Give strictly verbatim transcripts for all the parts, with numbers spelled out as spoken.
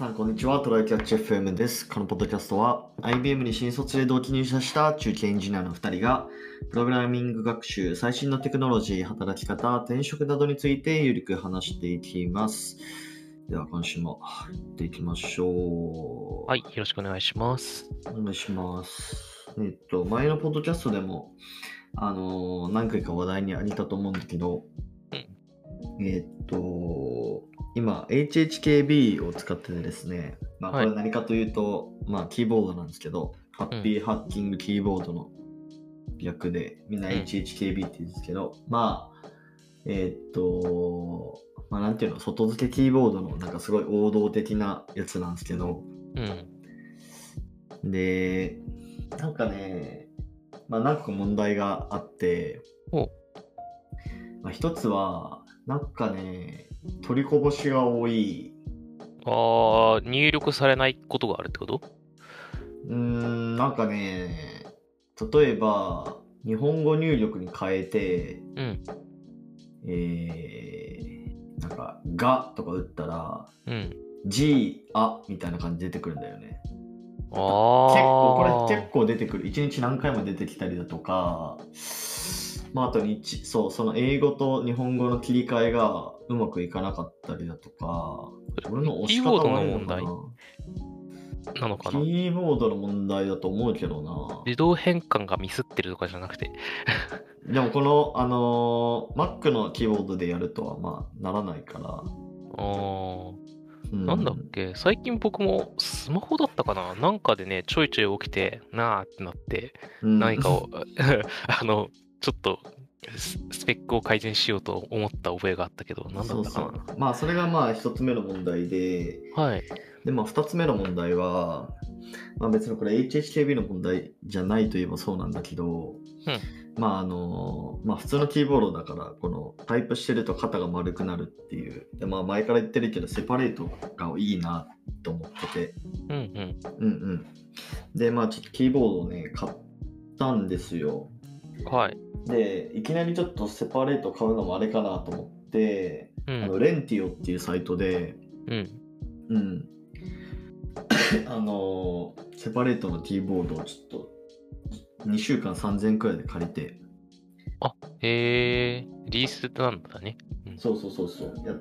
さんこんにちは。トライキャッチ エフエム です。このポッドキャストは アイビーエム に新卒で同期入社した中堅エンジニアのふたりがプログラミング学習、最新のテクノロジー、働き方、転職などについてゆるく話していきます。では今週もやっていきましょう。 はい、よろしくお願いします。 お願いします。えっと、前のポッドキャストでも、あのー何回か話題にあげたと思うんだけど、 うん、 えっと、今 エイチエイチケービー を使っててですね、まあこはいれ何かというと、まあキーボードなんですけど、ハッピーハッキングキーボードの略で、みんな エイチエイチケービー って言うんですけど、まあ、えっと、まあなんていうの、外付けキーボードのなんかすごい王道的なやつなんですけど、 うん、 で、なんかね、まあ何個か問題があって、 お、 まあ、一つは、なんかね、取りこぼしが多い。 あー、入力されないことがあるってこと？ うーん、なんかね、例えば、日本語入力に変えて、 うん、 えー、なんか、がとか打ったら、 うん。 G、あみたいな感じで出てくるんだよね。 あ結構、これー、 結構出てくる。一日何回も出てきたりだとか、まあ、あと日、そう、その英語と日本語の切り替えがうまくいかなかったりだとか、俺の押し方キーボードの悪いのか問題な。 なのかな？ キーボードの問題だと思うけどな。 自動変換がミスってるとかじゃなくて。 でもこの、あのー Mac のキーボードでやるとはまあならないから。 あー、 うん、 なんだっけ、最近僕もスマホだったかな、なんかでね、ちょいちょい起きて、なーってなって、 うん、 何かを、あの、ちょっとススペックを改善しようと思った覚えがあったけど、なんだったかな。 そうそう。まあそれがまあ一つ目の問題で、 はい。 でまあ二つ目の問題は、まあ別にこれ エイチエイチケービー の問題じゃないといえばそうなんだけど、 うん。 まああのまあ普通のキーボードだからこのタイプしてると肩が丸くなるっていう、でまあ前から言ってるけどセパレートがいいなと思ってて、 うんうん。 うんうん。でまあちょっとキーボードをね買ったんですよ。 はい。 でいきなりちょっとセパレート買うのもあれかなと思って、 うん。 あのレンティオっていうサイトで、 うん。 うんあのーセパレートのキーボードをちょっとにしゅうかんさんぜんえんくらいで借りて、 あ、へえ、リースなんだね。うん、 そうそうそうそうやって、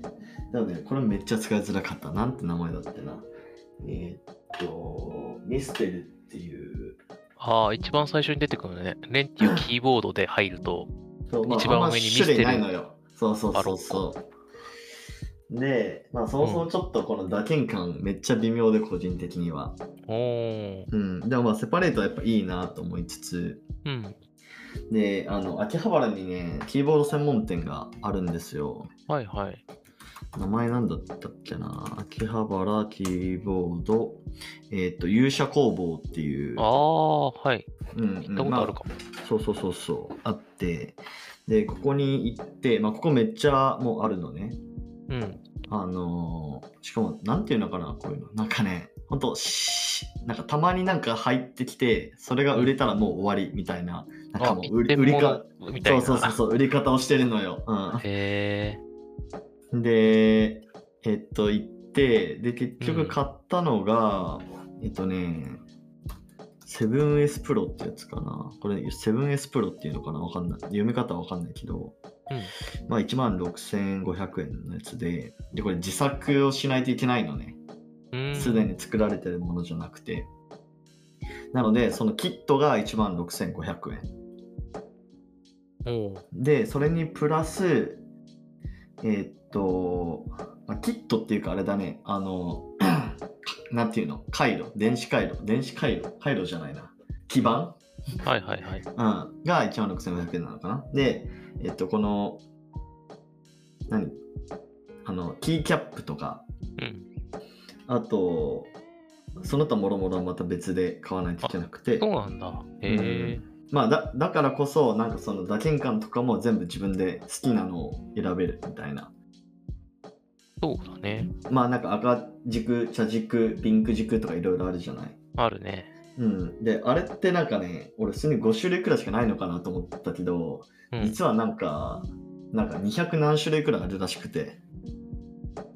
なのでこれめっちゃ使いづらかった。なんて名前だってな。えー、っとミステルっていう、 ああ、一番最初に出てくるのね。レンティをキーボードで入ると、 そう、まあ、 一番あんま上にミステル種類ないのよ。そうそうあ、 そうろっこ。 そう。で、まあそもそもちょっとこの打鍵感めっちゃ微妙で個人的には。 おー。 うん。でもまあセパレートはやっぱいいなと思いつつ、 うん。 で、あの、秋葉原にね、キーボード専門店があるんですよ。 はいはい。 名前なんだったっけな。秋葉原キーボード、えっ、と、勇者工房っていう。 ああ、はい。 うん行ったことあるかも。 まあ、そうそうそうそう、あって、で、ここに行って、まあ、ここめっちゃもうあるのね。 うん。 あのーしかも、なんていうのかな、こういうの。なんかね、ほんと、しなんかたまになんか入ってきて、それが売れたらもう終わりみたいな、なんかもう売りあ、一点売りか物みたいな。 そうそうそうそう、売り方をしてるのよ。 へえ。 うん。で、えっと、行って、で、結うん。 局買ったのが、えっとね、セブンエス Pro ってやつかな。これ セブンエス Pro っていうのかな、わかんない。読み方はわかんないけど、 うん。 まあいちまんろくせんごひゃくえんのやつで、で、これ自作をしないといけないのね。 うーん。 すでに作られてるものじゃなくて。なので、そのキットがいちまんろくせんごひゃくえん。 おー。 で、それにプラス、えーっと、まあ、キットっていうかあれだね、あの、なんていうの、回路、電子回路、電子回路、回路じゃないな、基板、 はいはいはい。 うん、がいちまんろくせんごひゃくえんなのかな。で、えっと、この、何あの、キーキャップとか、 うん。 あと、その他もろもろはまた別で買わないといけなくて。 そうなんだ。へえ。 うんまあだ、だからこそ、なんかその打鍵感とかも全部自分で好きなのを選べるみたいな。 そうだね。 まあなんか赤軸、茶軸、ピンク軸とかいろいろあるじゃない。 あるね。 うん。で、あれってなんかね、俺普通にご種類くらいしかないのかなと思ったけど、 うん。 実はなんか、なんかにひゃく何種類くらいあるらしくて。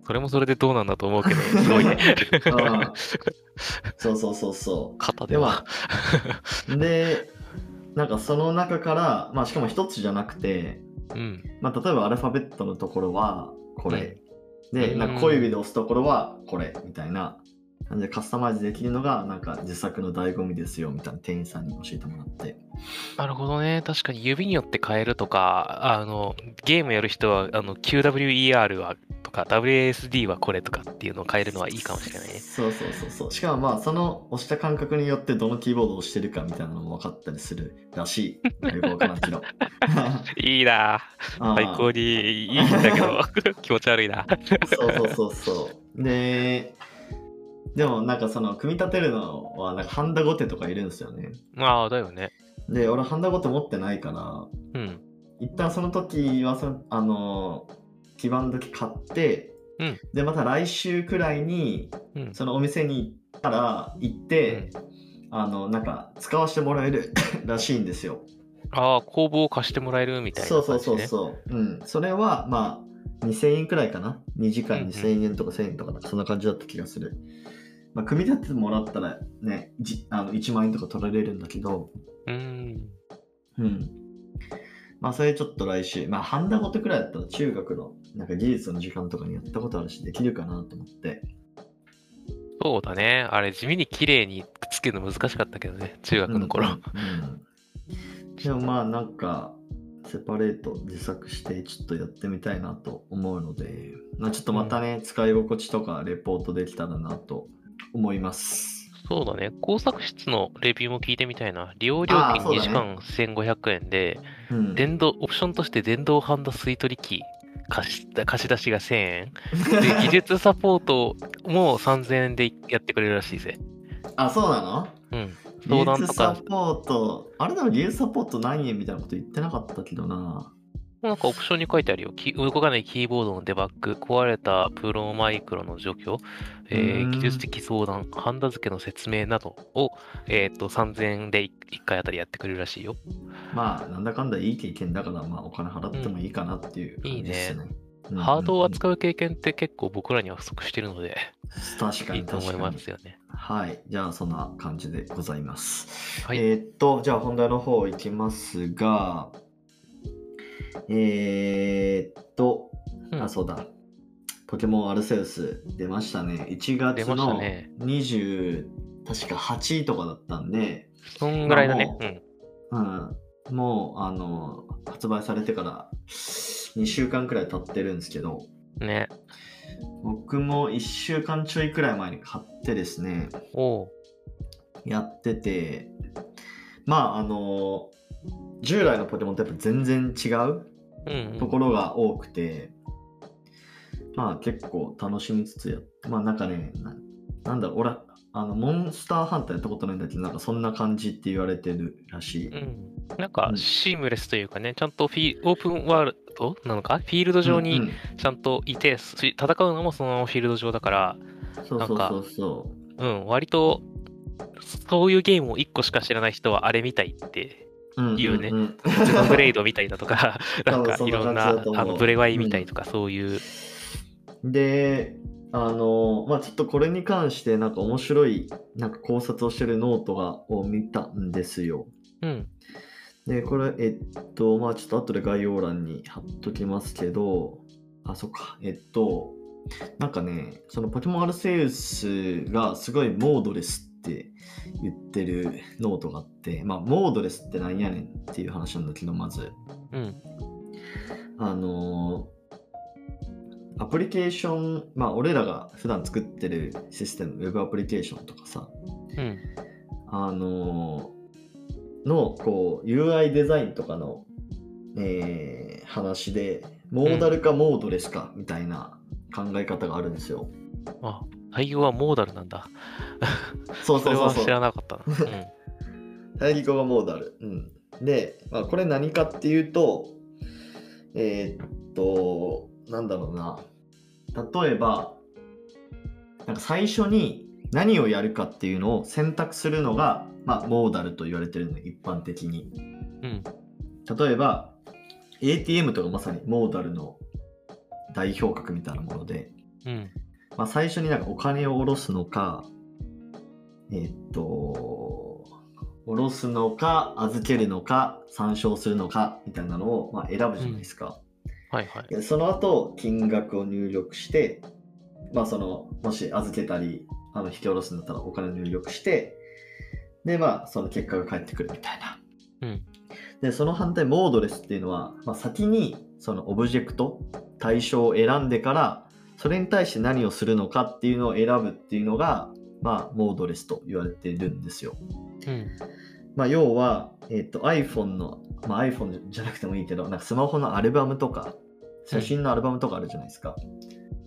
それもそれでどうなんだと思うけど、すごいね。 あそうそうそうそ肩う。で、までは。 あ、で、なんかその中から、まあしかも一つじゃなくて、 うん。 まあ例えばアルファベットのところはこれ。 うで、 んなんか小指で押すところはこれみたいな感じでカスタマイズできるのがなんか自作の醍醐味ですよみたいな店員さんに教えてもらって。 なるほどね。確かに指によって変えるとか、あの、ゲームやる人は、あの、キューダブリューイーアール はとか、ダブリューエーエスディー はこれとかっていうのを変えるのはいいかもしれないね。 そうそうそうそう。しかもまあその押した感覚によってどのキーボードを押してるかみたいなのも分かったりするらしい。よくわからんけど。 いいなぁ。最高にいいんだけど、気持ち悪いな。 そうそうそうそう。で、でもなんかその組み立てるのはなんかハンダゴテとかいるんですよね。 ああ、だよね。 で、俺ハンダゴテ持ってないから、 うん。 一旦その時はその、あの、基板だけ買って、 うん。 で、また来週くらいに、 うん。 そのお店に行ったら、行って、あの、なんか使わせてもらえるらしいんですよ。 ああ、工房を貸してもらえるみたいなそう感じね。 そうそうそう。うん。それは、まあ、にせんえんくらいかな。にじかんにせんえんとかせんえんとかなんかそんな感じだった気がする。まあ、組み立ててもらったらね、じあのいちまんえんとか取られるんだけど、 うーん。 うん。まあ、それちょっと来週、まあ、ハンダゴテくらいだったら中学のなんか技術の時間とかにやったことあるし、できるかなと思って。 そうだね。あれ、地味に綺麗にくっつけるの難しかったけどね、中学の頃。 うんうんうん、でもまあ、なんか、セパレート自作してちょっとやってみたいなと思うので、まあ、ちょっとまたね、うん、使い心地とかレポートできたらなと思います。 そうだね。工作室のレビューも聞いてみたいな。利用料金にじかんせんごひゃくえんで、うん、電動、オプションとして電動ハンダ吸い取り機貸し、貸し出しがせんえん。で、技術サポートもさんぜんえんでやってくれるらしいぜ。 あ、そうなの？ うん。 相談とか。技術サポート、あれでも技術サポート何円みたいなこと言ってなかったけどな。 なんかオプションに書いてあるよ。動かないキーボードのデバッグ、壊れたプロマイクロの除去、えー、技術的相談、ハンダ付けの説明などを、えー、とさんぜんえんでいっかいあたりやってくれるらしいよ。 まあ、なんだかんだいい経験だから、まあ、お金払ってもいいかなっていう感じですね。 いいね。ハードを扱う経験って結構僕らには不足してるので、 確かにいいと思いますよね。 はい。じゃあ、そんな感じでございます。 はい、 えー、っと、じゃあ本題の方いきますが、えー、っと、うん、あ、そうだ。ポケモンアルセウス出ましたね。いちがつのにじゅう、確かはちとかだったんで、 そんぐらいだね。 まあ、もう、うん、もう、あの、発売されてからにしゅうかんくらい経ってるんですけど、 ね。 僕もいっしゅうかんちょいくらい前に買ってですね、 おやってて、まあ、あの、従来のポケモンとやっぱ全然違うところが多くて、うんうん、まあ結構楽しみつつやって、まあなんかね、な, なんだろう、俺、あの、モンスターハンターやったことないんだけど、なんかそんな感じって言われてるらしい。 うん、なんかシームレスというかね、うん、ちゃんとフィオープンワールドなのかフィールド上にちゃんといて、うんうん、戦うのもそのままフィールド上だから、 そうそうそうそう。 うん、割と、そういうゲームをいっこしか知らない人はあれみたいって言うね。ゼノブレイドみたいだとか、なんかいろんなあのブレワイみたいとか、そういう。 で、あの、まあちょっとこれに関してなんか面白いなんか考察をしてるノートがを見たんですよ。 うん。 で、これ、えっと、まあちょっと後で概要欄に貼っときますけど、あ、そっか、えっと、なんかね、そのポケモンアルセウスがすごいモードレスって言ってるノートがあって、まあモードレスってなんやねんっていう話なんだけど、まず。 うん。 あのー、アプリケーション、まあ俺らが普段作ってるシステム、ウェブアプリケーションとかさ、 うん。 あのー、の、こう、ユーアイ デザインとかの、えー、話で、モーダルかモードレスかみたいな考え方があるんですよ。 あ、対応はモーダルなんだ。 そうそうそうそう。 それは知らなかったな。うん、 対義語がモーダル。うん。で、まあ、これ何かっていうと、えー、っと、なんだろうな。例えば、なんか最初に何をやるかっていうのを選択するのが、まあ、モーダルと言われてるの、一般的に。 うん。 例えば、エーティーエム とかまさにモーダルの代表格みたいなもので、 うん。 まあ、最初になんかお金を下ろすのか、えーっと、下ろすのか、預けるのか、参照するのか、みたいなのをまあ選ぶじゃないですか。 うん、はいはい。 でその後、金額を入力して、まあその、もし預けたり、あの引き下ろすんだったらお金を入力して、で、まあその結果が返ってくるみたいな。 うん。 で、その反対、モードレスっていうのは、まあ、先にそのオブジェクト、対象を選んでから、それに対して何をするのかっていうのを選ぶっていうのが、まあ、モードレスと言われているんですよ。 うん。 まあ、要は、えっと、iPhone の、まあ、iPhone じゃなくてもいいけど、なんかスマホのアルバムとか、写真のアルバムとかあるじゃないですか。うん、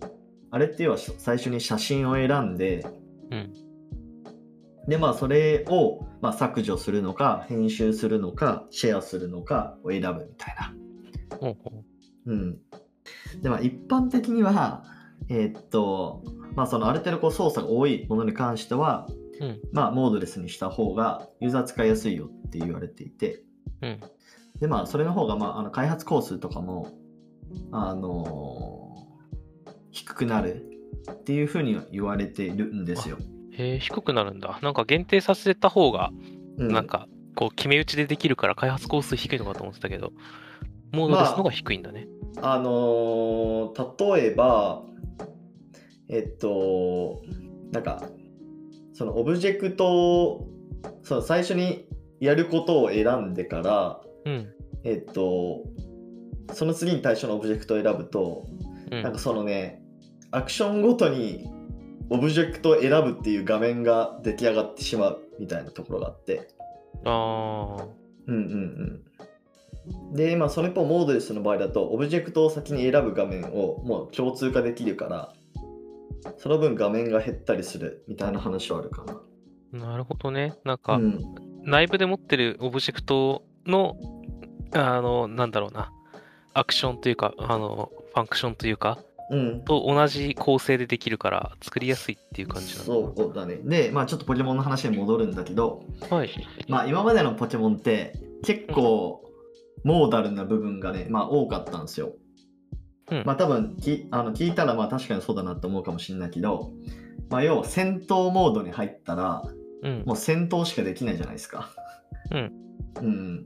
あれっていうのは最初に写真を選んで、 うん、 で、まあ、それを、まあ、削除するのか、編集するのか、シェアするのかを選ぶみたいな。 ほうほう。うん。で、まあ、一般的には、えー、っと、まあ、そのある程度こう操作が多いものに関しては、 うん、 まあ、モードレスにした方がユーザー使いやすいよって言われていて、 うん、 で、まあ、それの方が、まあ、あの開発工数とかも、あのー、低くなるっていうふうには言われているんですよ。 へえ、低くなるんだ。なんか限定させた方が、うん、なんか、こう、決め打ちでできるから開発コース低いのかと思ってたけど、モードレスの方が低いんだね。 まあ、あのー、例えば、えっと、なんか、そのオブジェクト、その最初にやることを選んでから、 うん、 えっと、その次に対象のオブジェクトを選ぶと、うん、なんかそのね、アクションごとにオブジェクトを選ぶっていう画面が出来上がってしまうみたいなところがあって。 ああ。 うんうんうん。で、まあその一方モードレスの場合だと、オブジェクトを先に選ぶ画面をもう共通化できるから、その分画面が減ったりするみたいな話はあるかな。 なるほどね。なんか、うん、内部で持ってるオブジェクトの、あの、なんだろうな、アクションというか、あの、ファンクションというか、うん、と同じ構成でできるから作りやすいっていう感じなのかな。 そうだね。で、まあちょっとポケモンの話に戻るんだけど、 はい。 まあ今までのポケモンって結構モーダルな部分がね、まあ多かったんですよ。うん、まあ多分きあの聞いたらまあ確かにそうだなって思うかもしれないけど、まあ要は戦闘モードに入ったら、うん、もう戦闘しかできないじゃないですか。うん。うん。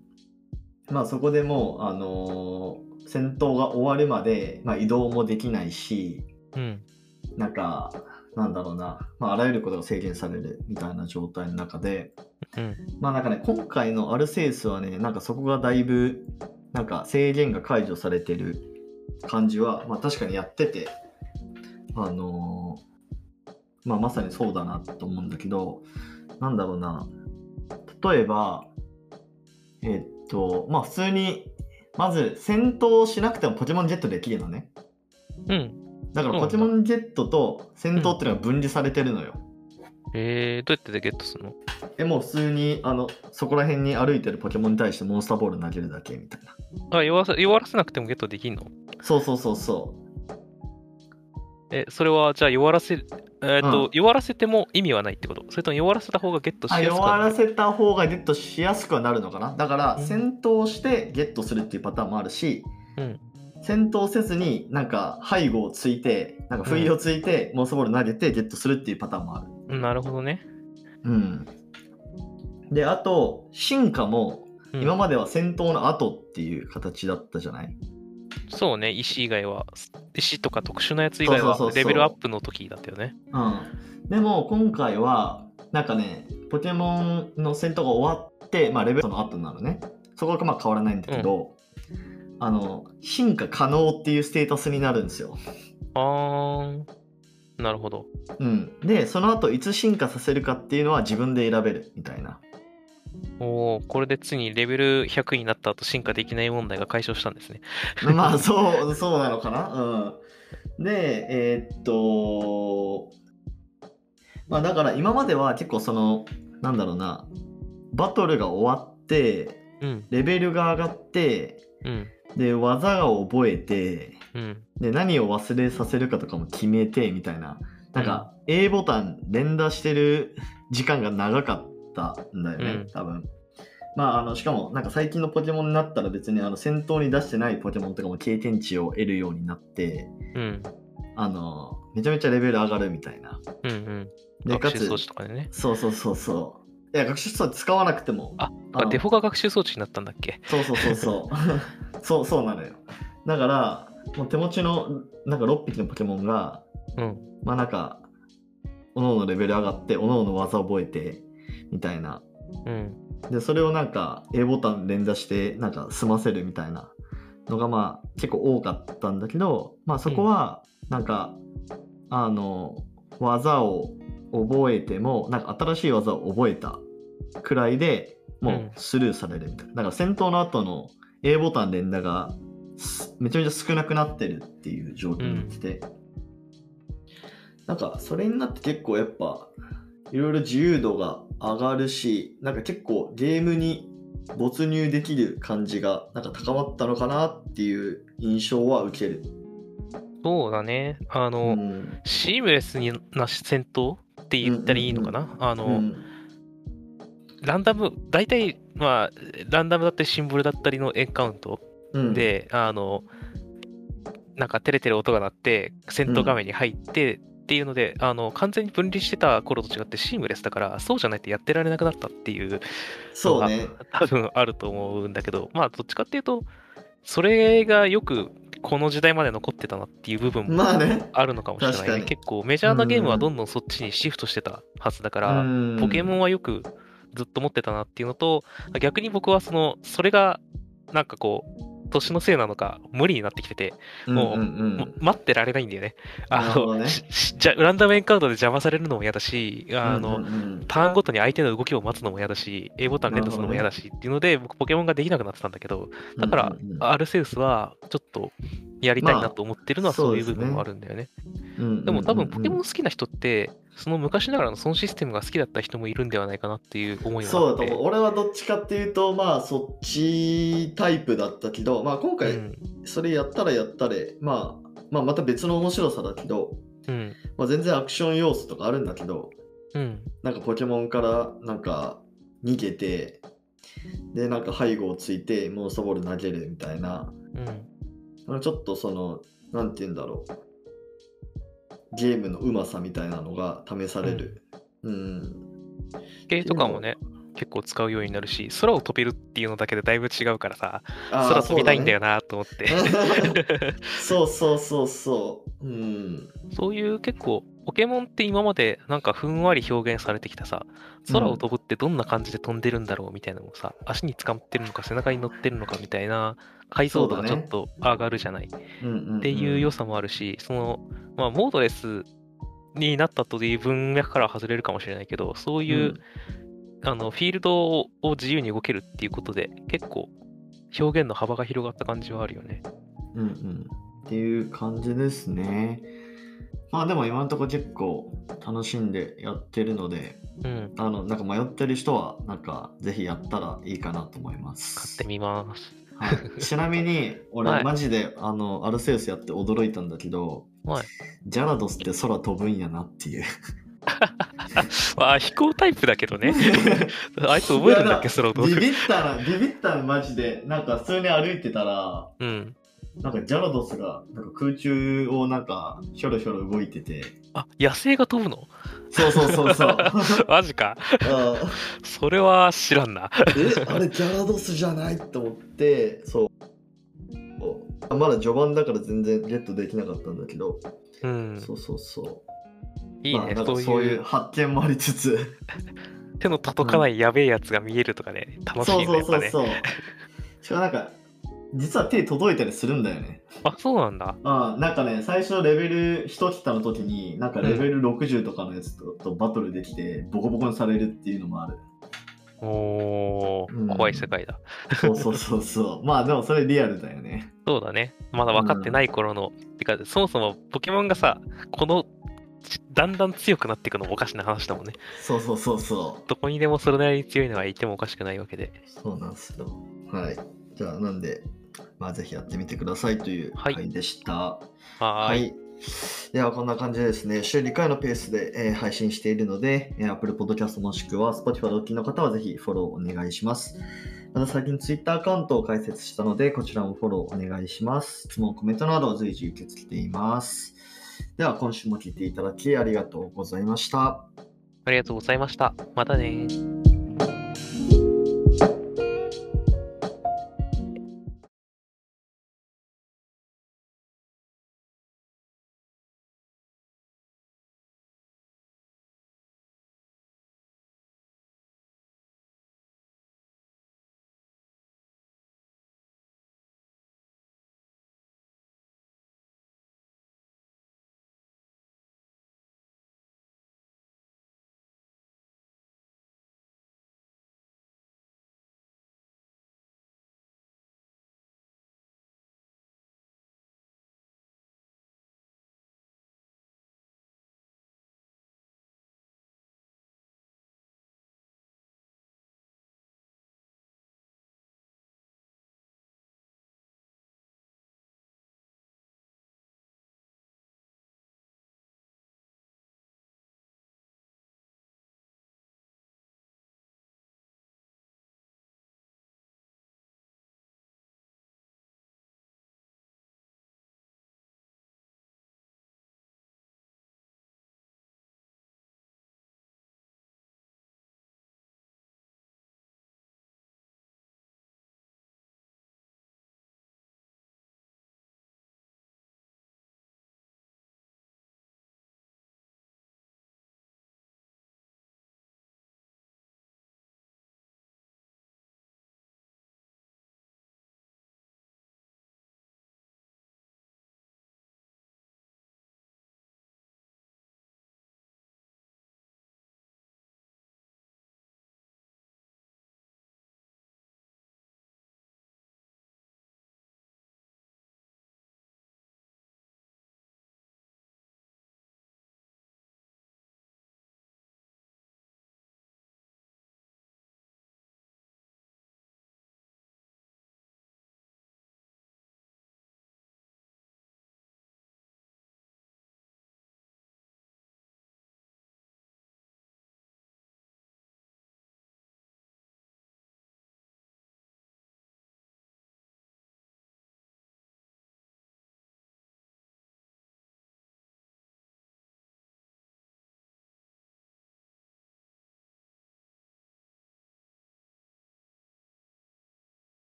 まあそこでもう、あのー、戦闘が終わるまで、まあ、移動もできないし、うん、なんか、なんだろうな、まあ、あらゆることが制限されるみたいな状態の中で、うん、まあなんかね、今回のアルセウスはね、なんかそこがだいぶ、なんか制限が解除されてる感じは、まあ確かにやってて、あのー、まあまさにそうだなと思うんだけど、なんだろうな、例えば、えっと、まあ普通に、まず戦闘しなくてもポケモンジェットできるのね。 うん。 だからポケモンジェットと戦闘っていうのが分離されてるのよ。 うん、えー、どうやってゲットするの？ え、もう普通に、あの、そこら辺に歩いてるポケモンに対してモンスターボール投げるだけみたいな。 あ、弱らせ、弱らせなくてもゲットできんの？ そうそうそうそう。 え、それはじゃあ弱らせ、えー、っと、うん、弱らせても意味はないってこと？それとも弱らせた方がゲットしやすくなる？ 弱らせた方がゲットしやすくはなるのかな。だから戦闘してゲットするっていうパターンもあるし、うん、戦闘せずになんか背後をついて、なんか不意をついて、うん、モンスターボール投げてゲットするっていうパターンもある。 なるほどね。 うん。で、あと進化も今までは戦闘の後っていう形だったじゃない？うん、 そうね、石以外は、石とか特殊なやつ以外はレベルアップの時だったよね。 うん。でも今回は、なんかね、ポケモンの戦闘が終わって、まあレベルの後になるね。そこはまあ変わらないんだけど、うん、あの、進化可能っていうステータスになるんですよ。 あー、なるほど。 うん。で、その後いつ進化させるかっていうのは自分で選べるみたいな。 おお、これで次レベルひゃくになった後進化できない問題が解消したんですね。 まあそうそうなのかな。うん。でえー、っとまあだから今までは結構そのなんだろうな、バトルが終わって、うん、レベルが上がって、うん、で技を覚えて、うん、で何を忘れさせるかとかも決めてみたいな、なんか A ボタン連打してる時間が長かったんだよね、うん、多分。まあ、あのしかもなんか最近のポケモンになったら別にあの戦闘に出してないポケモンとかも経験値を得るようになって、うん、 あの、めちゃめちゃレベル上がるみたいな。 うんうん。 で、かつ、 学習装置とかでね。 そうそうそうそう。いや、学習装置使わなくても。 あ、あデフォが学習装置になったんだっけ？ そうそうそうそう。そうそうなのよ。だから、もう手持ちのなんかろっぴきのポケモンが、 うん、 まあなんか、おのおのレベル上がって、おのおの技覚えて、みたいな。 うん。 で、それをなんか A ボタン連打して、なんか済ませるみたいなのがまあ結構多かったんだけど、まあそこは、なんか、うん、あの、技を覚えても、なんか新しい技を覚えたくらいでもうスルーされるみたいな。だから戦闘の後の A ボタン連打がめちゃめちゃ少なくなってるっていう状況になってて、うん、なんかそれになって結構やっぱいろいろ自由度が上がるし、なんか結構ゲームに没入できる感じがなんか高まったのかなっていう印象は受ける。 そうだね。あの、うん、シームレスな戦闘って言ったらいいのかな、うんうんうん、あの、うん、ランダム、大体、まあ、ランダムだったりシンボルだったりのエンカウントで、うん、あの、なんかテレテレ音が鳴って戦闘画面に入って、うんっていうので、あの完全に分離してた頃と違ってシームレスだから、そうじゃないとやってられなくなったっていうのが、ね、多分あると思うんだけど、まあどっちかっていうとそれがよくこの時代まで残ってたなっていう部分もあるのかもしれないね。まあね、結構メジャーなゲームはどんどんそっちにシフトしてたはずだから、ポケモンはよくずっと持ってたなっていうのと、逆に僕はそのそれがなんかこう年のせいなのか無理になってきてて、もう、うんうんうん、待ってられないんだよね。あの、ね、じゃランダムエンカウントで邪魔されるのも嫌だし、あの、うんうんうん、ターンごとに相手の動きを待つのも嫌だし、A ボタン連打するのも嫌だしっていうので、僕ポケモンができなくなってたんだけど、だから、うんうんうん、アルセウスはちょっとやりたいなと思ってるのはそういう部分もあるんだよね。まあ、でも多分ポケモン好きな人って、その昔ながらのそのシステムが好きだった人もいるんではないかなっていう思いもあって。 そうだと思う。俺はどっちかっていうと、まあそっちタイプだったけど、まあ今回それやったらやったで、うん、まあ、まあまた別の面白さだけど、うん、まあ、全然アクション要素とかあるんだけど、うん、なんかポケモンからなんか逃げて、でなんか背後をついてモンスターボール投げるみたいな、うん、ちょっとそのなんて言うんだろう、ゲームのうまさみたいなのが試される。うん。うん、 系とかもね、結構使うようになるし、空を飛べるっていうのだけでだいぶ違うからさ、空飛びたいんだよなと思って。 そうそうそうそう。うん。 そういう結構、ポケモンって今までなんかふんわり表現されてきたさ、空を飛ぶってどんな感じで飛んでるんだろうみたいなのもさ、足に捕まってるのか背中に乗ってるのかみたいな解像度がちょっと上がるじゃない、ね、っていう良さもあるし、その、まあ、モードレスになったという文脈からは外れるかもしれないけど、そういう、うん、あのフィールドを自由に動けるっていうことで結構表現の幅が広がった感じはあるよね。 うんうんっていう感じですね。まあでも今のところ結構楽しんでやってるので、うん、あのなんか迷ってる人はなんかぜひやったらいいかなと思います。 買ってみます。 はい、ちなみに俺、はい、マジであのアルセウスやって驚いたんだけど、はい、ジャラドスって空飛ぶんやなっていう。 まあ飛行タイプだけどね。あいつ覚えるんだっけ空飛ぶ。 ビビったなビビったなマジで。なんか普通に歩いてたら、うん、なんかジャラドスがなんか空中をなんかひょろひょろ動いてて。 あ、野生が飛ぶの？ そうそうそうそう。 マジか。それは知らんな。 え、あれジャラドスじゃないと思って、そう。まだ序盤だから全然ゲットできなかったんだけど、うん、そうそうそう。 いいね、 まあ、そういうそういう発見もありつつ手の届かないやべえやつが見えるとかね、うん、楽しいね。 そうそうそうそう。しかもなんか実は手届いたりするんだよね。 あ、そうなんだ。 ああ、なんかね、最初レベルいち桁の時になんかレベルろくじゅうとかのやつ と,、うん、とバトルできてボコボコにされるっていうのもある。 おー、うん、怖い世界だ。 そうそうそうそう。まあでもそれリアルだよね。 そうだね。まだ分かってない頃の、うん、てかそもそもポケモンがさ、このだんだん強くなっていくのもおかしな話だもんね。 そうそうそうそう。 どこにでもそれなりに強いのがいてもおかしくないわけで。 そうなんですよ。はい。じゃあなんで、まあぜひやってみてくださいという回でした。はい。はいではこんな感じでですね、週にかいのペースで、えー、配信しているので、えー、Apple Podcast もしくは Spotify でお聞きの方はぜひフォローお願いします。また最近 Twitter アカウントを開設したので、こちらもフォローお願いします。質問、コメントなど随時受け付けています。 では今週も聞いていただきありがとうございました。 ありがとうございました。またね。